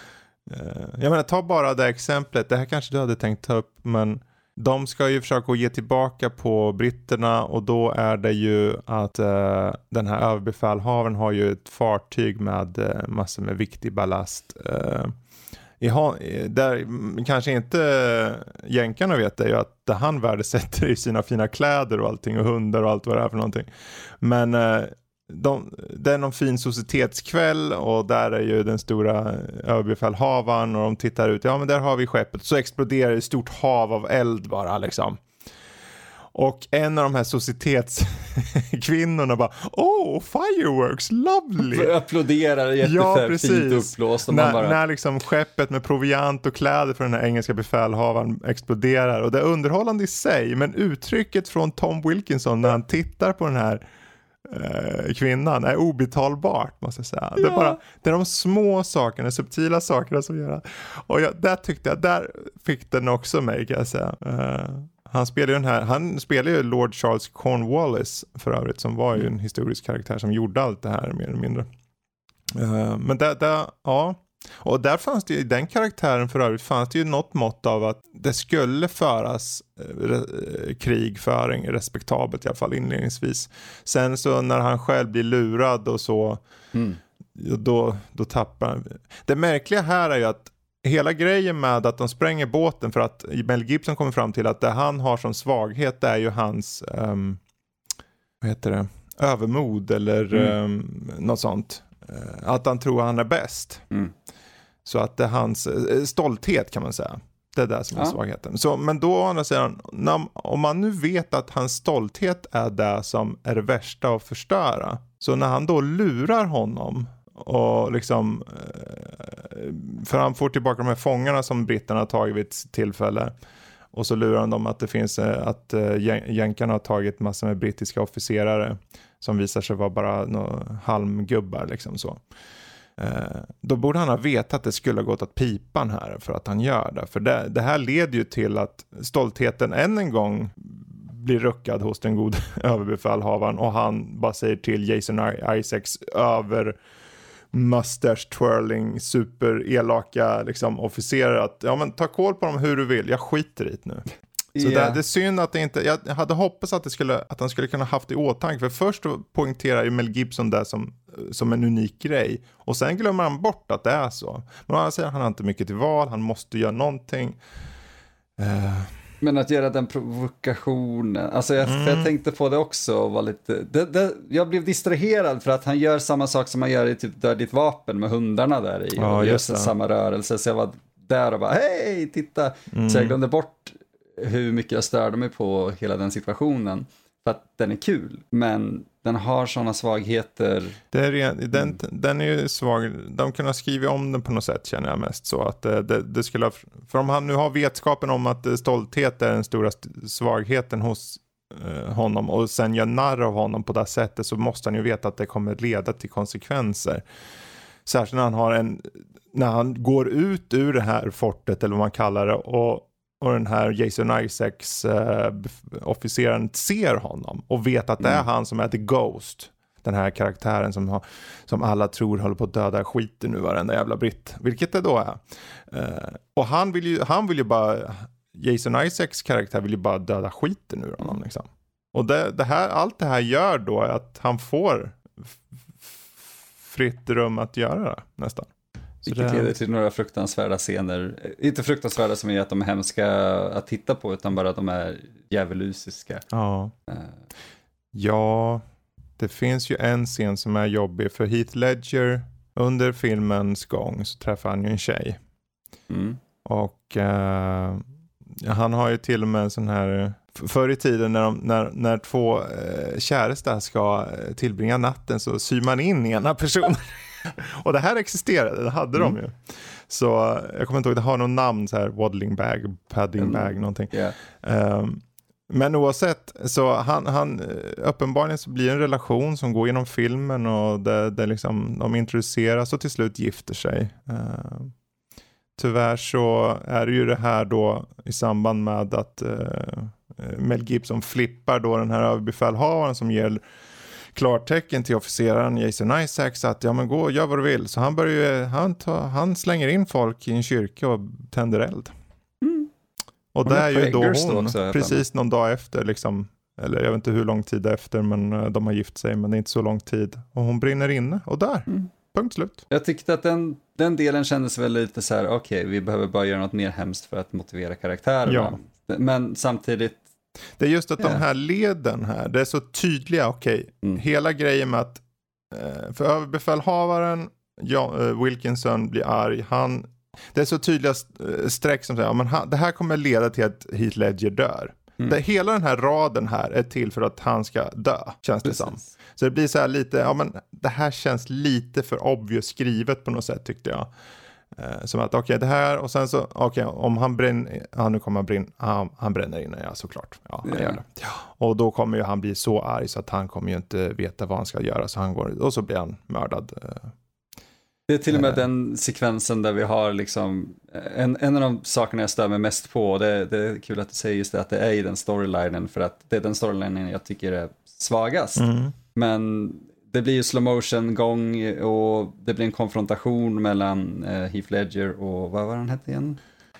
Uh, jag menar, ta bara det exemplet. Det här kanske du hade tänkt ta upp, men de ska ju försöka ge tillbaka på britterna, och då är det ju att uh, den här överbefälhavaren har ju ett fartyg med uh, massor med viktig ballast. Uh, i ha- där kanske inte jänkarna vet det, är ju att det han värdesätter i sina fina kläder och allting, och hundar och allt vad det är för någonting. Men uh, De, det är någon fin societetskväll, och där är ju den stora överbefälhavaren, och de tittar ut, ja men där har vi skeppet, så exploderar ett stort hav av eld bara liksom. Och en av de här societetskvinnorna bara, oh, fireworks, lovely. Applåderar jättefint uppblåst. Och när, man bara... när liksom skeppet med proviant och kläder för den här engelska befälhavaren exploderar. Och det är underhållande i sig, men uttrycket från Tom Wilkinson när han tittar på den här eh, kvinnan är obetalbart, måste jag säga. Ja. Det är bara, det är de små sakerna, subtila sakerna som gör det. Och jag, där tyckte jag, där fick den också mig, kan jag säga. Uh, Han spelar ju den här, han spelar ju Lord Charles Cornwallis för övrigt, som var ju en historisk karaktär som gjorde allt det här mer eller mindre. Uh, men där, där, ja. Och där fanns det ju, i den karaktären för övrigt fanns det ju något mått av att det skulle föras eh, krigföring respektabelt, i alla fall inledningsvis. Sen så när han själv blir lurad och så, mm. då, då tappar han. Det märkliga här är ju att hela grejen med att de spränger båten, för att Mel Gibson kommer fram till att det han har som svaghet är ju hans um, vad heter det? Övermod eller mm. um, något sånt. Uh, att han tror han är bäst. Mm. Så att det är hans uh, stolthet, kan man säga. Det är det som är ja. svagheten. Så, men då å andra sidan, när, om man nu vet att hans stolthet är det som är det värsta att förstöra. Så när han då lurar honom och liksom, för han får tillbaka de här fångarna som britterna har tagit vid ett tillfälle, och så lurar han dem att det finns, att jänkarna har tagit massor med brittiska officerare som visar sig vara bara några halmgubbar liksom så. Då borde han ha vetat att det skulle ha gått att pipan här, för att han gör det. För det, det här leder ju till att stoltheten än en gång blir ruckad hos den gode överbefälhavaren, och han bara säger till Jason Isaacs över mustache twirling super elaka liksom officerer att ja men ta koll på dem hur du vill, jag skiter i det nu. Så yeah. det, det är synd att det inte, jag hade hoppats att det skulle, att han skulle kunna haft det i åtanke, för först poängterar ju Mel Gibson det som, som en unik grej, och sen glömmer han bort att det är så. Men han säger han har inte mycket till val, han måste göra någonting. Uh. Men att göra den provokationen, alltså jag, mm. för jag tänkte på det också och var lite, det, det, jag blev distraherad för att han gör samma sak som man gör i typ Död ditt vapen med hundarna där i, ja, och just det. Samma rörelse, så jag var där och bara hej, titta, mm. så jag glömde bort hur mycket jag störde mig på hela den situationen, för att den är kul, men den har sådana svagheter. Det är, den, mm. den är ju svag. De kunde ha skrivit om den på något sätt, känner jag mest. Så att det, det, det skulle ha, för om han nu har vetskapen om att stolthet är den stora svagheten hos eh, honom, och sen gör narr av honom på det sättet, så måste han ju veta att det kommer leda till konsekvenser. Särskilt när han har en, när han går ut ur det här fortet, eller vad man kallar det, och Och den här Jason Isaacs uh, officeren ser honom och vet att det är mm. han som är The Ghost. Den här karaktären som, har, som alla tror håller på att döda skiten nu, varenda jävla britt. Vilket det då är. Uh, och han vill, ju, han vill ju bara, Jason Isaacs karaktär vill ju bara döda skiten ur honom. Liksom. Och det, det här, allt det här gör då att han får f- fritt rum att göra det, nästan. Vilket leder till några fruktansvärda scener. Inte fruktansvärda som är att de är hemska att titta på, utan bara att de är djävulusiska. Ja. Uh. Ja, det finns ju en scen som är jobbig, för Heath Ledger under filmens gång så träffar han ju en tjej. Mm. Och uh, han har ju till och med en sån här, förr i tiden när, de, när, när två uh, kärestar ska tillbringa natten, så syr man in ena personen. Och det här existerade, det hade mm. de ju. Så jag kommer inte ihåg, det har någon namn så här, waddling bag, padding mm. bag, någonting. Yeah. Um, men oavsett, så han, han uppenbarligen så blir en relation som går genom filmen, och det, det liksom, de introduceras och till slut gifter sig. Uh, tyvärr så är det ju det här då i samband med att uh, Mel Gibson flippar då den här överbefälhavaren som ger klartecken till officeraren Jason Isaacs att ja men gå och gör vad du vill. Så han börjar ju, han, tar, han slänger in folk i en kyrka och tänder eld. Mm. Och det är ju då Eggers hon, då också, precis någon dag efter liksom, eller jag vet inte hur lång tid efter, men de har gift sig, men det är inte så lång tid. Och hon brinner inne och där, mm. punkt slut. Jag tyckte att den, den delen kändes väl lite så här: okej, okay, vi behöver bara göra något mer hemskt för att motivera karaktären. Ja. Men samtidigt... Det är just att yeah. de här leden här, det är så tydliga, okej. Okay. Mm. Hela grejen med att, eh, för överbefälhavaren, ja, eh, Wilkinson blir arg, han, det är så tydliga streck som säger, ja, men han, det här kommer leda till att Heath Ledger dör. Mm. Det, hela den här raden här är till för att han ska dö, känns det som. Så det blir så här lite, ja men det här känns lite för obvious skrivet på något sätt tyckte jag. Eh, som att okej okay, det här och sen så, okej okay, om han bränner, ja nu kommer han brinna, han, han bränner innan ja såklart. Ja, han yeah. gör det. Och då kommer ju han bli så arg så att han kommer ju inte veta vad han ska göra så han går, och så blir han mördad. Eh. Det är till och med den sekvensen där vi har liksom, en, en av de sakerna jag stör mig mest på, det, det är kul att du säger just det, att det är i den storylinen, för att det är den storylinen jag tycker är svagast. Mm. Men det blir ju slow motion gång och det blir en konfrontation mellan eh, Heath Ledger och vad var han hette igen?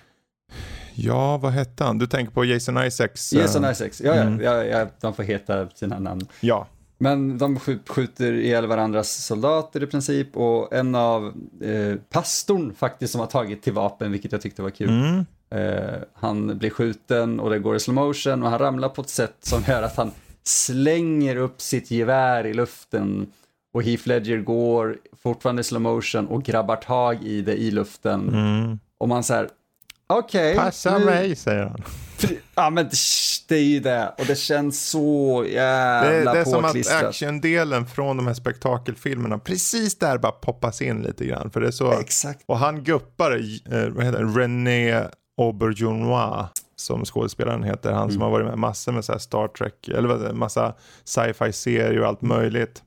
Ja, vad hette han? Du tänker på Jason Isaacs? Jason Isaacs, ja, mm. ja, ja, de får heta sina namn. Ja. Men de skjuter ihjäl varandras soldater i princip, och en av eh, pastorn faktiskt som har tagit till vapen, vilket jag tyckte var kul. Mm. Eh, han blir skjuten och det går i slow motion och han ramlar på ett sätt som gör att han slänger upp sitt gevär i luften och Heath Ledger går fortfarande i slow motion och grabbar tag i det i luften. Mm. Och man säger okej. Okay, passa nu... mig, säger han. Ja, men det är ju det. Och det känns så jävla påklistrat. Det, det är som att actiondelen från de här spektakelfilmerna precis där bara poppas in lite grann. För det är så... Exakt. Och han guppar, eh, vad heter det? René Auberjonois som skådespelaren heter. Han mm. som har varit med massor med så här Star Trek, eller vad det, massa sci-fi-serier och allt möjligt.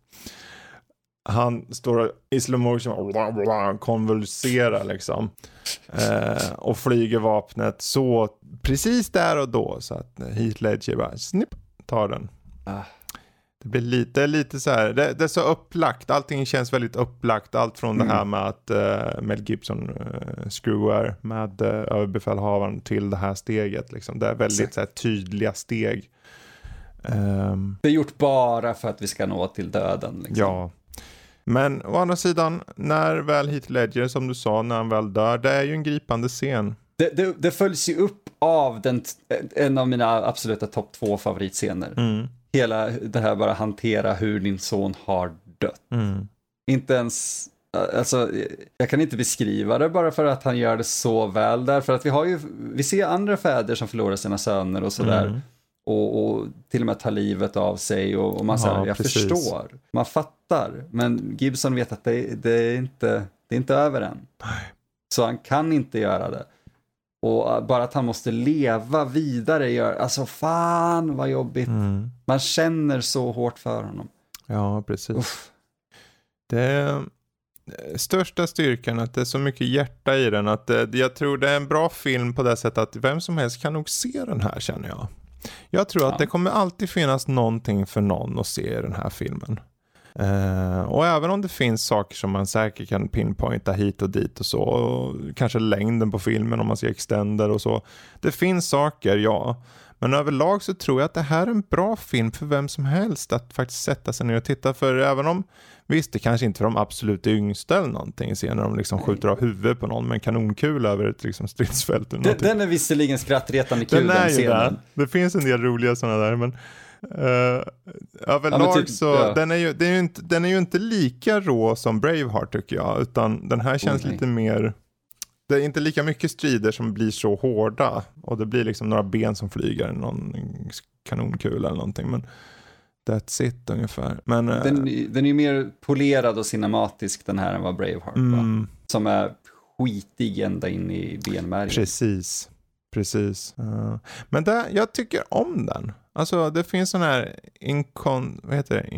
Han står i slow motion och konvulserar liksom. Eh, och flyger vapnet så precis där och då så att Heath Ledger bara snipp, tar den. Ah. Det blir lite, lite så här, det, det är så upplagt, allting känns väldigt upplagt, allt från mm. det här med att uh, Mel Gibson uh, screwar med uh, överbefälhavaren till det här steget liksom. Det är väldigt så här, tydliga steg. Um, det är gjort bara för att vi ska nå till döden liksom. Ja. Men å andra sidan, när väl Heath Ledger, som du sa, när han väl dör, det är ju en gripande scen. Det, det, det följs ju upp av den, en av mina absoluta topp två favoritscener. Mm. Hela det här bara hantera hur din son har dött. Mm. Inte ens, alltså jag kan inte beskriva det bara för att han gör det så väl där. För att vi har ju, vi ser andra fäder som förlorar sina söner och sådär. Mm. Och, och till och med tar livet av sig och, och man säger, ja, jag precis. förstår, man fattar, men Gibson vet att det, det, är, inte, det är inte över än. Nej. Så han kan inte göra det. Och bara att han måste leva vidare gör, alltså fan vad jobbigt. Mm. Man känner så hårt för honom. Ja, precis. Uff. Det är största styrkan att det är så mycket hjärta i den, att det, jag tror det är en bra film på det sättet att vem som helst kan nog se den här, känner jag. Jag tror att ja. det kommer alltid finnas någonting för någon att se i den här filmen. Uh, och även om det finns saker som man säkert kan pinpointa hit och dit och så, och kanske längden på filmen om man ser extender och så. Det finns saker, ja. Men överlag så tror jag att det här är en bra film för vem som helst att faktiskt sätta sig ner och titta. För även om, visst det kanske inte för de absolut yngsta eller någonting, ser när de liksom skjuter av huvudet på någon med en kanonkula över ett liksom stridsfält. Eller den, den är visserligen skrattretande kul, den, den scenen. Det finns en del roliga sådana där, men Uh, överlag ja, typ, så ja. den, är ju, den, är ju inte, den är ju inte lika rå som Braveheart tycker jag, utan den här känns oh, lite mer, det är inte lika mycket strider som blir så hårda och det blir liksom några ben som flyger, någon kanonkula eller någonting, men that's it ungefär. Men, den, uh, den är ju mer polerad och cinematisk den här än vad Braveheart mm. var, som är skitig ända in i benmärgen. Precis, precis. Uh, men där, jag tycker om den. Alltså det finns sån här incon, vad heter det?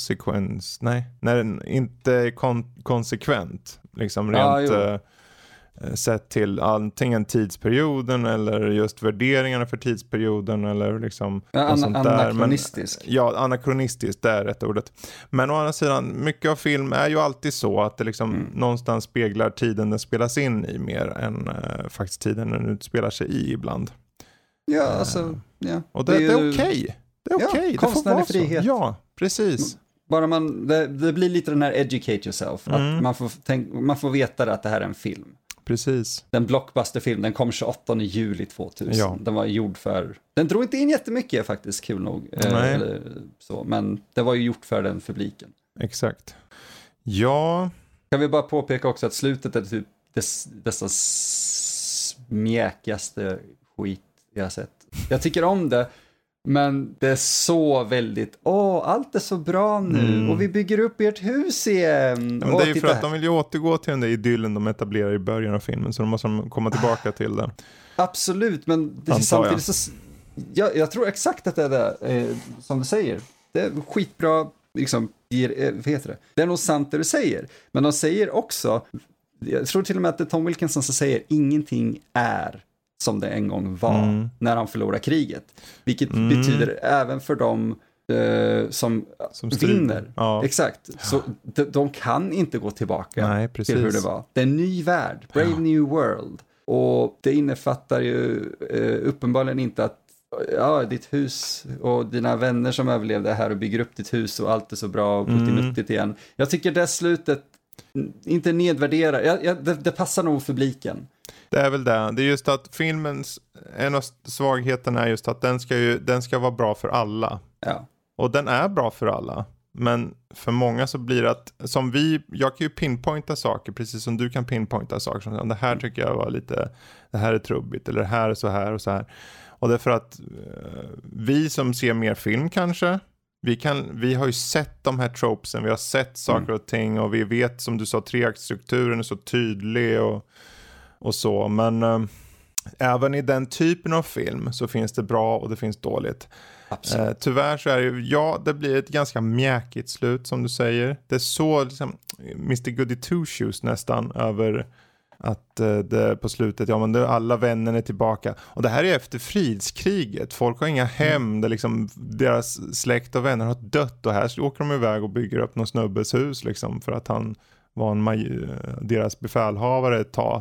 Inconsequence, nej, när den inte är kon- konsekvent liksom rent, ah, uh, sett till antingen tidsperioden eller just värderingarna för tidsperioden eller liksom ja, an- sånt anakronistisk. Men, ja, anakronistiskt, det är rätt ordet. Men å andra sidan, mycket av film är ju alltid så att det liksom mm. någonstans speglar tiden den spelas in i mer än uh, faktiskt tiden den utspelar sig i ibland. Ja, uh, alltså, ja. Och det, det, det är okej. Okay. Det är okej, okay. Ja, konstnärlig frihet. Så. Ja, precis. Bara man, det, det blir lite den här educate yourself. Mm. Att man får, tänk, man får veta att det här är en film. Precis. Den blockbusterfilm, den kom tjugoåttonde juli tvåtusen. Ja. Den var gjord för, den drog inte in jättemycket faktiskt, kul nog. Nej. Eller så, men det var ju gjort för den publiken. Exakt. Ja. Kan vi bara påpeka också att slutet är typ dess, dessa smjäkigaste skit jag har sett. Jag tycker om det. Men det är så väldigt, åh, allt är så bra nu mm. och vi bygger upp ert hus igen. Ja, men det är ju för att de vill ju återgå till den där idyllen de etablerar i början av filmen, så de måste komma tillbaka till den. Absolut, men det är samtidigt så, jag, jag tror exakt att det är det, eh, som du säger. Det är skitbra, liksom, eh, vad heter det? Det är nog sant det du säger, men de säger också, jag tror till och med att det är Tom Wilkinson som säger, ingenting är som det en gång var mm. när han förlorar kriget. Vilket mm. betyder även för dem eh, som, som vinner. Ja. Exakt. Så de, de kan inte gå tillbaka Nej, till hur det var. Det är en ny värld. Brave ja. New World. Och det innefattar ju eh, uppenbarligen inte att ja, ditt hus och dina vänner som överlevde här och bygger upp ditt hus och allt är så bra och puttinuttigt mm. igen. Jag tycker det slutet inte nedvärderar. Jag, jag, det, det passar nog för publiken. Det är väl det. Det är just att filmens, en av svagheterna är just att den ska, ju, den ska vara bra för alla. Ja. Och den är bra för alla. Men för många så blir det att, som vi, jag kan ju pinpointa saker precis som du kan pinpointa saker. Som, det här tycker jag var lite, det här är trubbigt eller det här är så här och så här. Och det är för att eh, vi som ser mer film kanske, vi, kan, vi har ju sett de här tropesen, vi har sett saker och ting och vi vet, som du sa, treaktstrukturen är så tydlig och och så, men äh, även i den typen av film så finns det bra och det finns dåligt. Absolut. Äh, tyvärr så är det ju, ja, det blir ett ganska mjäkigt slut som du säger. Det är så liksom mister Goody Two Shoes nästan över att äh, det på slutet, ja men det, alla vännerna är tillbaka. Och det här är efter fridskriget. Folk har inga hem, mm. där liksom deras släkt och vänner har dött och här åker de iväg och bygger upp någon snubbes hus liksom för att han var en maj- deras befälhavare ett tag.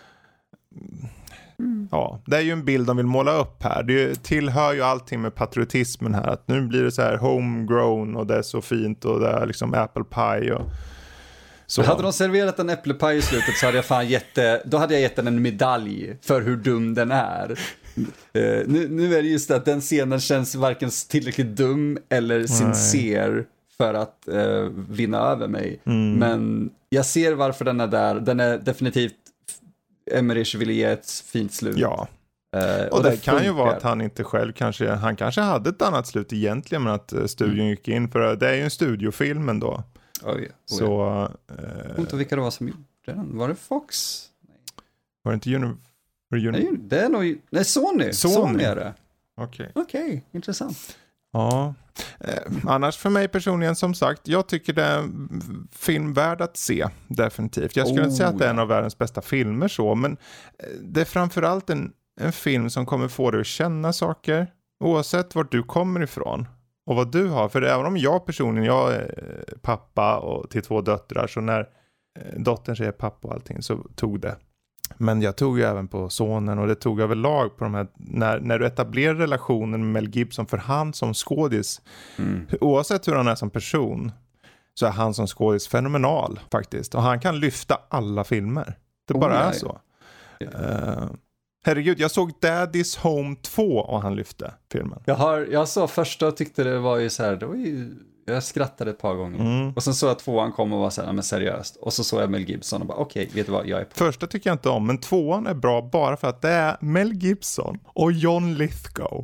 Mm. Ja, det är ju en bild de vill måla upp här. Det tillhör ju allting med patriotismen här. Att nu blir det så här homegrown och det är så fint och det är liksom apple pie och så. Hade de serverat en äpplepaj i slutet så hade jag fan gett, då hade jag gett den en medalj för hur dum den är. Uh, nu, nu är det just att den scenen känns varken tillräckligt dum eller sincere för att uh, vinna över mig. Mm. Men jag ser varför den är där. Den är definitivt Emmerich ville ge ett fint slut. Ja. Uh, och, och det, det kan ju vara att han inte själv kanske, han kanske hade ett annat slut egentligen, men att studion mm. gick in för det är ju en studiofilm ändå. Oh, yeah. Oh, så yeah. Jag vet inte vilka det var som gjorde den. Var det Fox? Nej. Var det inte Uni- var det, Uni- nej, det är nog nej, Sony. Sony. Sony är det. Okej. Okay. Okej, okay, intressant. Ja. Eh, annars för mig personligen, som sagt, jag tycker det är en film värd att se, definitivt. Jag skulle oh, inte säga att det är en av världens bästa filmer så, men det är framförallt en, en film som kommer få dig att känna saker, oavsett vart du kommer ifrån och vad du har. För även om jag personligen, jag är pappa och till två döttrar, så när eh, dottern säger pappa och allting så tog det. Men jag tog ju även på sonen och det tog överlag på de här, när, när du etablerar relationen med Mel Gibson, för han som skådis, mm. oavsett hur han är som person, så är han som skådis fenomenal faktiskt. Och han kan lyfta alla filmer. Det oh, bara nej. är så. Ja. Uh, herregud, jag såg Daddy's Home två och han lyfte filmen. Jag, har, jag såg första och tyckte det var ju så här, det var ju... Jag skrattade ett par gånger. Mm. Och sen såg jag tvåan kom och var så här, men seriöst. Och så såg jag Mel Gibson och bara, okej, okay, vet du vad, jag är på. Första tycker jag inte om, men tvåan är bra bara för att det är Mel Gibson och John Lithgow.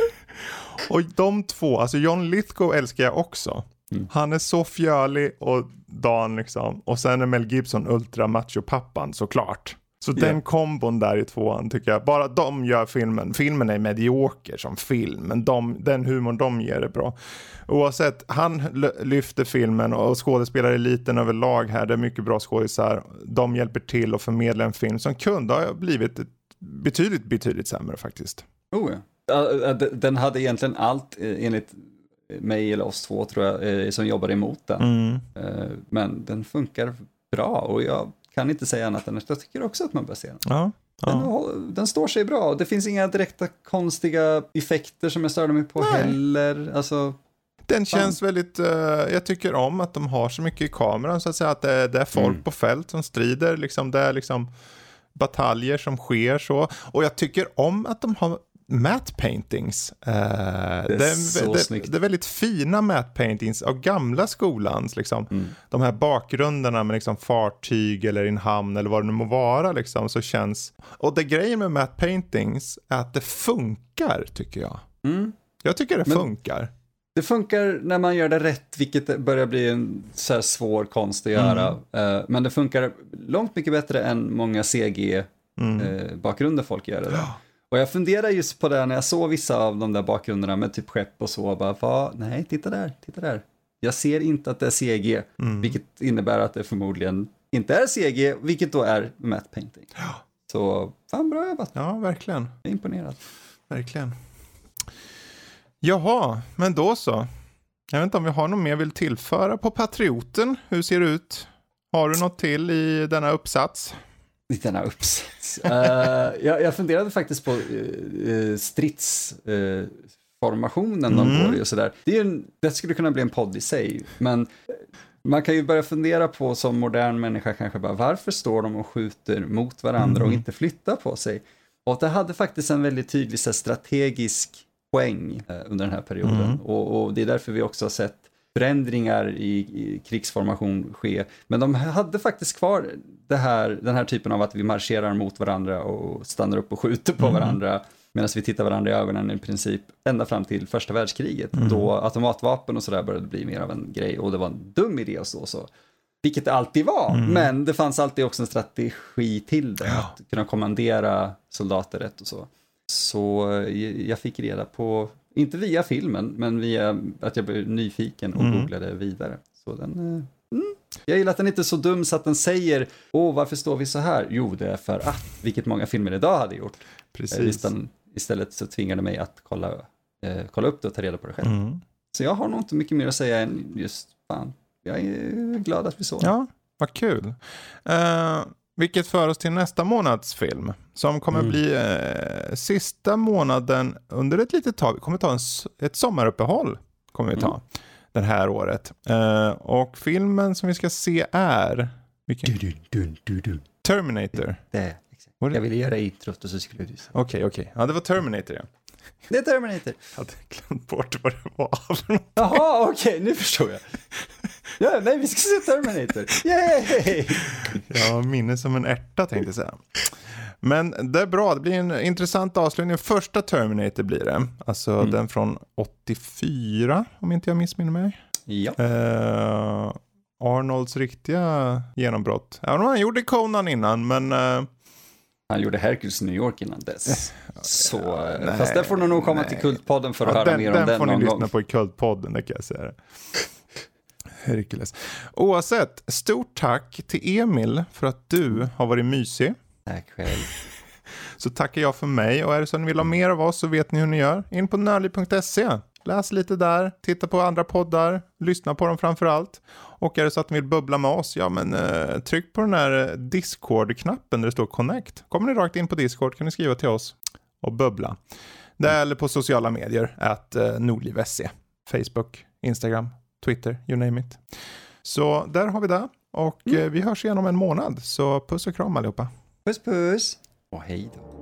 Och de två, alltså John Lithgow älskar jag också. Mm. Han är så fjörlig och dan liksom. Och sen är Mel Gibson ultra macho pappan, såklart. Så Yeah. den kombon där i tvåan tycker jag, bara de gör filmen. Filmen är medioker som film, men de, den humorn de ger är bra. Oavsett, han l- lyfter filmen och skådespelareliten överlag här, det är mycket bra skådisar. De hjälper till att förmedla en film som kunde ha blivit ett betydligt, betydligt sämre faktiskt. Oh, ja. Ja, d- den hade egentligen allt eh, enligt mig eller oss två tror jag eh, som jobbar emot den. Mm. Eh, Men den funkar bra och jag kan inte säga annat än att jag tycker också att man bör se den. Ja, Den, ja. har- den står sig bra. Det finns inga direkta konstiga effekter som jag störde mig på Nej. heller. Alltså, Den känns väldigt, uh, jag tycker om att de har så mycket i kameran så att säga, att det, det är folk Mm. på fält som strider, liksom, det är liksom bataljer som sker så. Och jag tycker om att de har matte paintings. Uh, det, är så det, snyggt. det är väldigt fina matte paintings av gamla skolans, liksom. Mm. De här bakgrunderna med liksom fartyg eller en hamn eller vad det nu må vara, liksom, så känns. Och det grejen med matte paintings är att det funkar, tycker jag. mm. Jag tycker det Men- funkar. Det funkar när man gör det rätt, vilket börjar bli en så här svår konst att göra. Eh, Men det funkar långt mycket bättre än många C G-bakgrunder folk gör det där. Och jag funderar just på det när jag såg vissa av de där bakgrunderna med typ skepp och så. Bara, va? Nej, titta där, titta där. Jag ser inte att det är C G, Mm. vilket innebär att det förmodligen inte är C G, vilket då är matte painting. Så fan bra jobbat, Ja, verkligen. jag är imponerad. Verkligen. Jaha, men då så. Jag vet inte om vi har något mer vill tillföra på Patrioten. Hur ser det ut? Har du något till i denna uppsats? I denna uppsats. uh, jag, jag funderade faktiskt på uh, stridsformationen de Mm. går i och sådär. Det, är en, det skulle kunna bli en podd i sig, men man kan ju börja fundera på som modern människa kanske bara, varför står de och skjuter mot varandra Mm. och inte flyttar på sig? Och det hade faktiskt en väldigt tydlig så här, strategisk poäng eh, under den här perioden. Mm. Och, och det är därför vi också har sett förändringar i, i krigsformation ske. Men de hade faktiskt kvar det här, den här typen av att vi marscherar mot varandra och stannar upp och skjuter på Mm. varandra medan vi tittar varandra i ögonen i princip ända fram till första världskriget. Mm. Då automatvapen och sådär började bli mer av en grej och det var en dum idé och så. så. Vilket det alltid var, Mm. men det fanns alltid också en strategi till det. Ja. Att kunna kommandera soldater rätt och så. Så eh, jag fick reda på, inte via filmen, men via att jag blev nyfiken och Mm. googlade vidare. Så den, eh, mm. Jag gillar att den inte är så dum så att den säger, åh varför står vi så här? Jo, det är för att, vilket många filmer idag hade gjort. Eh, Precis. Istället, istället så tvingade mig att kolla, eh, kolla upp det och ta reda på det själv. Mm. Så jag har nog inte mycket mer att säga än just, fan, jag är glad att vi såg den. Ja, vad kul. Uh, vilket för oss till nästa månads film. Som kommer Mm. bli uh, sista månaden under ett litet tag. Vi kommer ta en, s- ett sommaruppehåll. Kommer vi ta Mm. det här året. Uh, och filmen som vi ska se är vilken? Dun, dun, dun, dun. Terminator. Det, exakt. Var det- Jag ville göra introt och så skulle du säga. Okej, okej. Ja, det var Terminator, ja. Det är Terminator. Jag hade glömt bort vad det var. Jaha, okej, nu förstår jag. Ja, nej, vi ska se Terminator. Yay! Ja, minne som en ärta tänkte jag säga. Men det är bra, det blir en intressant avslutning. Första Terminator blir det. Alltså Mm. den från åttiofyra, om inte jag missminner mig. Ja. Eh, Arnolds riktiga genombrott. Även om han gjorde Conan innan, men... eh, Han gjorde Hercules New York innan dess. Så, Ja, eh, nej, fast där får du nog komma nej. till Kultpodden för att ja, höra den, mer den om den får ni någon lyssna gång. på i Kultpodden, det kan jag säga. Hercules. Oavsett, stort tack till Emil för att du har varit mysig. Tack själv. Så tackar jag för mig, och är det så att ni vill ha mer av oss så vet ni hur ni gör. In på nördliv punkt se. Läs lite där, titta på andra poddar, lyssna på dem framför allt. Och är det så att ni vill bubbla med oss, ja men eh, tryck på den här Discord-knappen där det står Connect. Kommer ni rakt in på Discord kan ni skriva till oss och bubbla. Det är eller på sociala medier, att eh, nordliv punkt se. Facebook, Instagram, Twitter, you name it. Så där har vi det. Och eh, vi hörs igen om en månad. Så puss och kram allihopa. Puss puss. Och hej då.